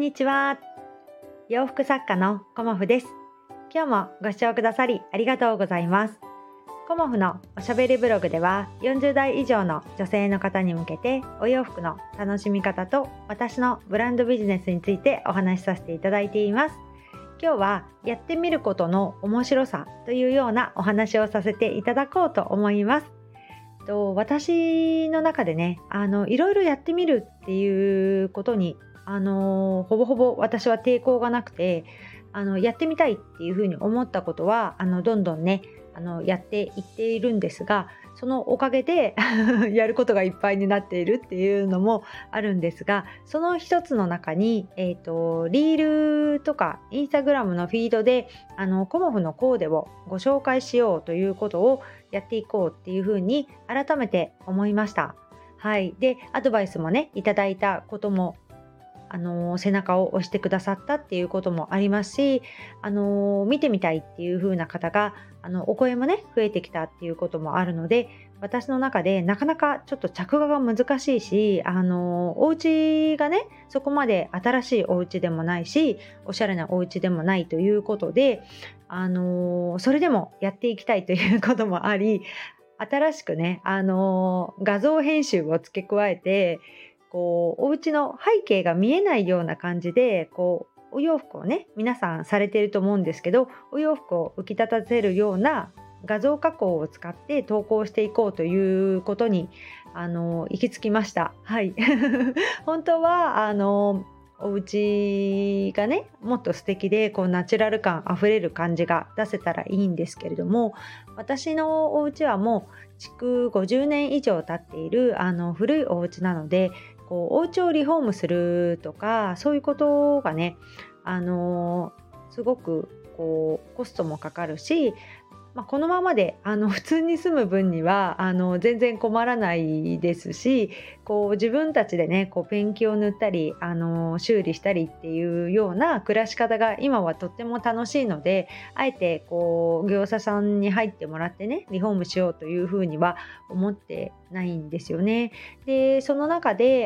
にちは。洋服作家のコモフです。今日もご視聴くださりありがとうございます。コモフのおしゃべりブログでは40代以上の女性の方に向けてお洋服の楽しみ方と私のブランドビジネスについてお話しさせていただいています。今日はやってみることの面白さというようなお話をさせていただこうと思います。私の中でね、いろいろやってみるっていうことにほぼほぼ私は抵抗がなくて、やってみたいっていうふうに思ったことはどんどんねやっていっているんですが、そのおかげでやることがいっぱいになっているっていうのもあるんですが、その一つの中に、リールとかインスタグラムのフィードでコモフのコーデをご紹介しようということをやっていこうっていうふうに改めて思いました。はい。で、アドバイスもねいただいたことも背中を押してくださったっていうこともありますし、見てみたいっていう風な方がお声もね増えてきたっていうこともあるので、私の中でなかなかちょっと着画が難しいし、お家がねそこまで新しいお家でもないしおしゃれなお家でもないということで、それでもやっていきたいということもあり、新しくね画像編集を付け加えて、お家の背景が見えないような感じでお洋服をね皆さんされていると思うんですけど、お洋服を浮き立たせるような画像加工を使って投稿していこうということに行き着きました。はい。本当はお家がねもっと素敵でナチュラル感あふれる感じが出せたらいいんですけれども、私のお家はもう築50年以上経っている古いお家なので、お家をリフォームするとかそういうことがねすごくコストもかかるし、このままで普通に住む分には全然困らないですし、自分たちでねペンキを塗ったり修理したりっていうような暮らし方が今はとっても楽しいので、あえて業者さんに入ってもらってねリフォームしようというふうには思ってないんですよね。でその中で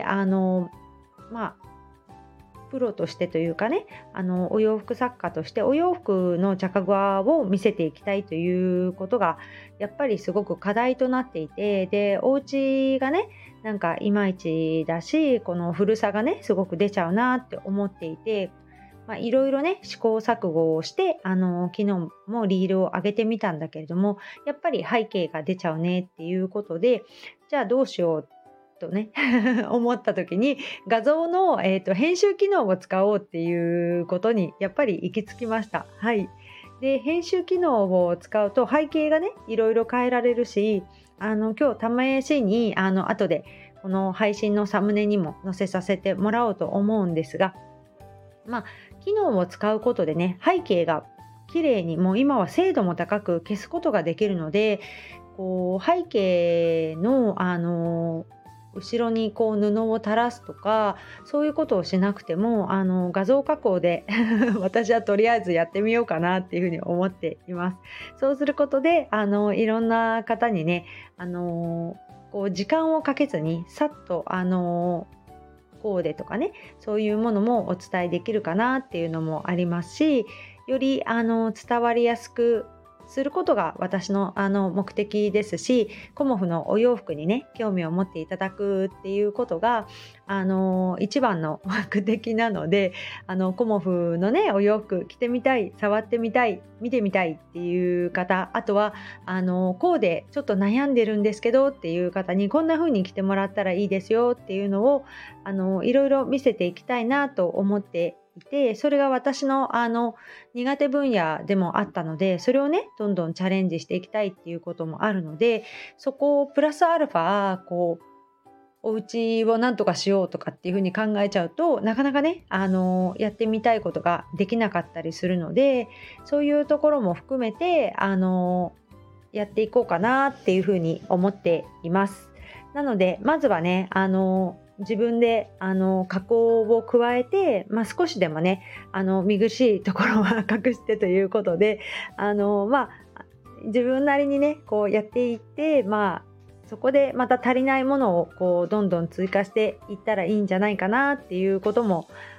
プロとしてというかね、お洋服作家としてお洋服の着画を見せていきたいということがやっぱりすごく課題となっていて、でお家がねなんかいまいちだし、この古さがねすごく出ちゃうなって思っていて、いろいろね試行錯誤をして昨日もリールを上げてみたんだけれども、やっぱり背景が出ちゃうねっていうことで、じゃあどうしようとね思った時に画像の、編集機能を使おうっていうことにやっぱり行き着きました。はい。で編集機能を使うと背景がねいろいろ変えられるし、今日試しに後でこの配信のサムネにも載せさせてもらおうと思うんですが、機能を使うことでね背景が綺麗に、もう今は精度も高く消すことができるので、背景の後ろに布を垂らすとかそういうことをしなくても画像加工で私はとりあえずやってみようかなっていうふうに思っています。そうすることでいろんな方にね時間をかけずにさっとコーデとかねそういうものもお伝えできるかなっていうのもありますし、より伝わりやすくすることが私の目的ですし、コモフのお洋服にね興味を持っていただくっていうことが一番の目的なので、コモフのねお洋服着てみたい、触ってみたい、見てみたいっていう方、あとはコーデちょっと悩んでるんですけどっていう方にこんな風に着てもらったらいいですよっていうのをいろいろ見せていきたいなと思っていて、それが私の苦手分野でもあったので、それをねどんどんチャレンジしていきたいっていうこともあるので、そこをプラスアルファお家をなんとかしようとかっていうふうに考えちゃうとなかなかねやってみたいことができなかったりするので、そういうところも含めてやっていこうかなっていうふうに思っています。なのでまずはね自分で加工を加えて、少しでもね見苦しいところは隠してということで自分なりにねやっていって、そこでまた足りないものをどんどん追加していったらいいんじゃないかなっていうことも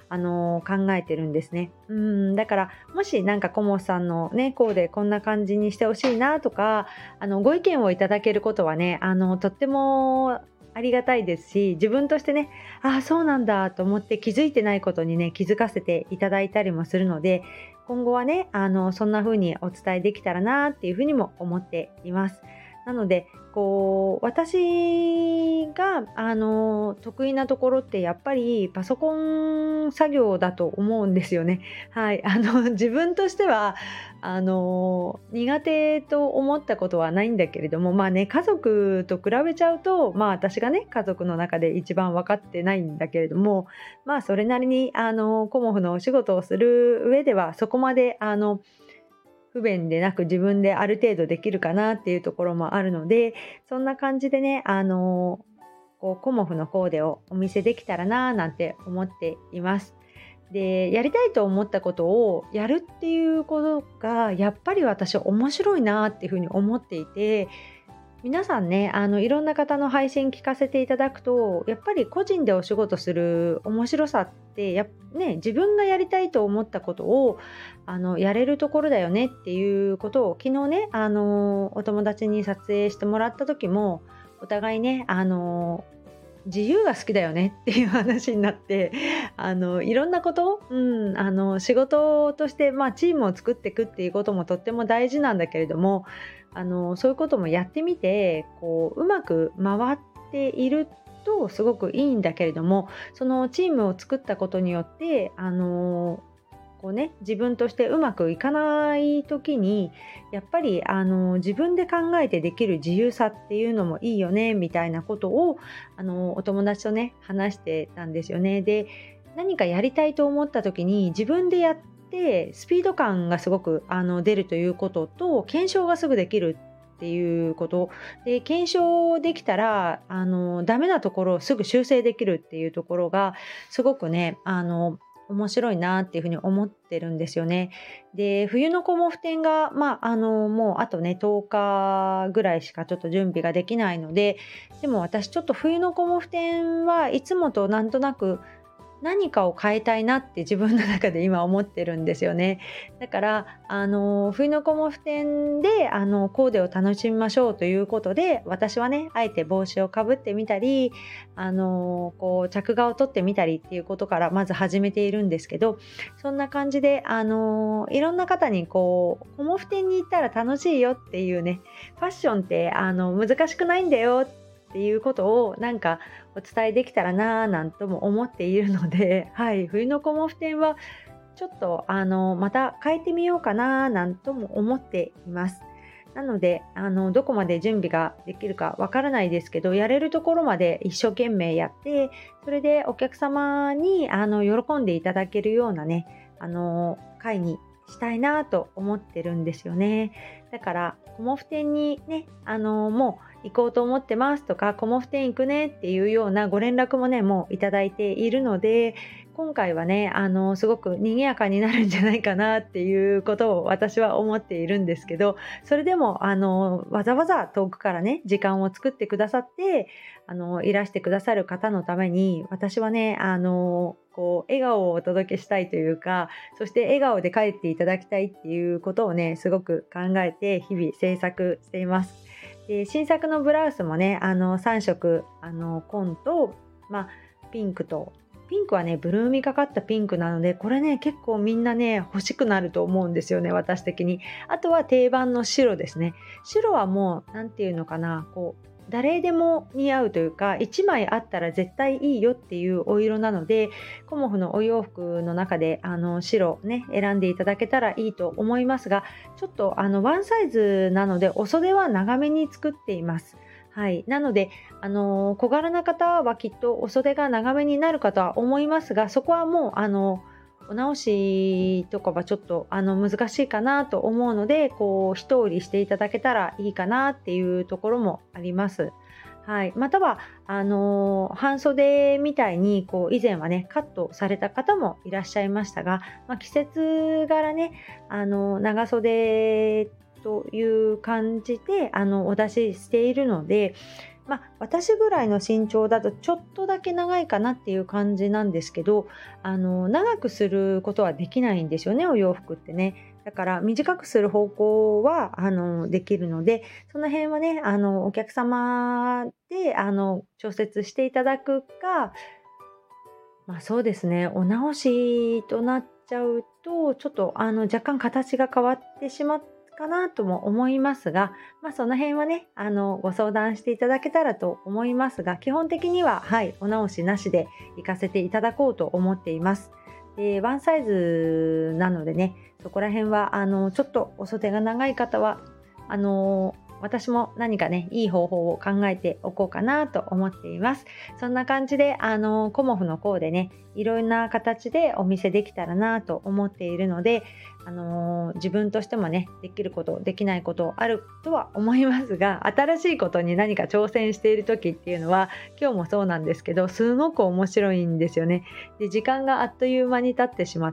考えてるんですね。だからもしなんかコモフさんのねコーデこんな感じにしてほしいなとかご意見をいただけることはねとってもありがたいですし、自分としてねそうなんだと思って気づいてないことにね気づかせていただいたりもするので、今後はねそんな風にお伝えできたらなっていう風にも思っています。なので私が得意なところってやっぱりパソコン作業だと思うんですよね。はい、自分としては苦手と思ったことはないんだけれども、家族と比べちゃうと私がね家族の中で一番分かってないんだけれども、それなりにコモフのお仕事をする上ではそこまで不便でなく自分である程度できるかなっていうところもあるので、そんな感じでねコモフのコーデをお見せできたらななんて思っています。で、やりたいと思ったことをやるっていうことがやっぱり私面白いなっていうふうに思っていて、皆さんねいろんな方の配信聞かせていただくと、やっぱり個人でお仕事する面白さって自分がやりたいと思ったことをやれるところだよねっていうことを昨日ねお友達に撮影してもらった時もお互いね自由が好きだよねっていう話になっていろんなこと、仕事として、チームを作っていくっていうこともとっても大事なんだけれどもそういうこともやってみてうまく回っているとすごくいいんだけれども、そのチームを作ったことによって自分としてうまくいかない時にやっぱり自分で考えてできる自由さっていうのもいいよねみたいなことをお友達とね話してたんですよね。で、何かやりたいと思った時に自分でやってスピード感がすごく出るということと、検証がすぐできるっていうことで、検証できたらダメなところをすぐ修正できるっていうところがすごくね面白いなっていうふうに思ってるんですよね。で、冬のコモフ展が、もうあとね、10日ぐらいしかちょっと準備ができないので、でも私ちょっと冬のコモフ展はいつもとなんとなく何かを変えたいなって自分の中で今思ってるんですよね。だから冬のコモフ展でコーデを楽しみましょうということで、私はねあえて帽子をかぶってみたり着画を取ってみたりっていうことからまず始めているんですけど、そんな感じでいろんな方にコモフ展に行ったら楽しいよっていうね、ファッションって難しくないんだよっていうことをなんかお伝えできたらなぁなんとも思っているので、はい、冬のコモフ展はちょっとまた変えてみようかななんとも思っています。なのでどこまで準備ができるかわからないですけど、やれるところまで一生懸命やって、それでお客様に喜んでいただけるようなね会にしたいなと思ってるんですよね。だからコモフ展にねもう行こうと思ってますとか、コモフ展行くねっていうようなご連絡もねもういただいているので、今回はねすごく賑やかになるんじゃないかなっていうことを私は思っているんですけど、それでもわざわざ遠くからね時間を作ってくださっていらしてくださる方のために、私はね笑顔をお届けしたいというか、そして笑顔で帰っていただきたいっていうことをねすごく考えて日々制作しています。で、新作のブラウスもね3色紺と、ピンクはねブルーみかかったピンクなので、これね結構みんなね欲しくなると思うんですよね、私的に。あとは定番の白ですね。白はもうなんていうのかな、誰でも似合うというか、1枚あったら絶対いいよっていうお色なので、コモフのお洋服の中で白ね選んでいただけたらいいと思いますが、ちょっとワンサイズなのでお袖は長めに作っています。はい、なので小柄な方はきっとお袖が長めになるかとは思いますが、そこはもうお直しとかはちょっと難しいかなと思うので、一折りしていただけたらいいかなっていうところもあります。はい、または半袖みたいに以前はねカットされた方もいらっしゃいましたが、季節柄ね長袖という感じでお出ししているので、 私ぐらいの身長だとちょっとだけ長いかなっていう感じなんですけど、長くすることはできないんですよね、お洋服ってね。だから短くする方向はできるので、その辺はねお客様で調節していただくか、そうですね、お直しとなっちゃうと、ちょっと若干形が変わってしまうかなとも思いますが、その辺はね、ご相談していただけたらと思いますが、基本的には、はい、お直しなしで行かせていただこうと思っています。で、ワンサイズなのでね、そこら辺は、ちょっとお袖が長い方は、私も何かね、いい方法を考えておこうかなと思っています。そんな感じで、コモフのコーデね、いろんな形でお見せできたらなと思っているので、自分としてもね、できること、できないことあるとは思いますが、新しいことに何か挑戦している時っていうのは、今日もそうなんですけど、すごく面白いんですよね。で、時間があっという間に経ってしまって、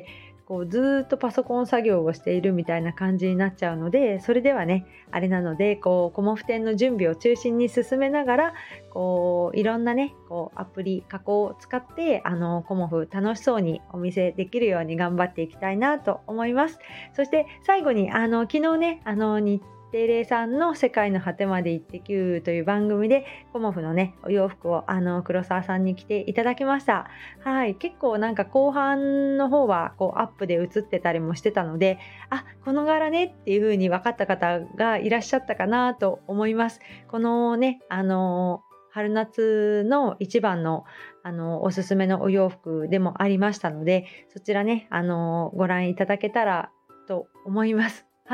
ずーっとパソコン作業をしているみたいな感じになっちゃうので、それではねあれなので、コモフ展の準備を中心に進めながら、いろんなねアプリ加工を使ってコモフ楽しそうにお見せできるように頑張っていきたいなと思います。そして最後に昨日ね日テレさんの世界の果てまでイッテ Q という番組でコモフのねお洋服を黒沢さんに着ていただきました。はい、結構なんか後半の方はアップで映ってたりもしてたので、この柄ねっていう風に分かった方がいらっしゃったかなと思います。このね春夏の一番のおすすめのお洋服でもありましたので、そちらねご覧いただけたらと思います。はい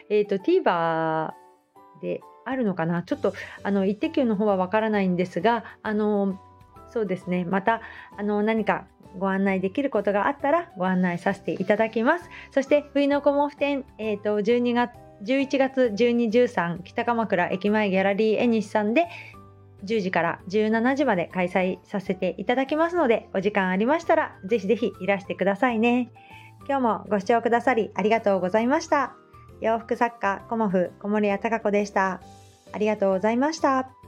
、TVer であるのかな、ちょっとイッテ Q の方はわからないんですが、そうですね、また何かご案内できることがあったらご案内させていただきます。そして冬のコモフ展、11月12、13北鎌倉駅前ギャラリーえにしさんで10時から17時まで開催させていただきますので、お時間ありましたらぜひぜひいらしてくださいね。今日もご視聴くださりありがとうございました。洋服作家コモフ小森屋貴子でした。ありがとうございました。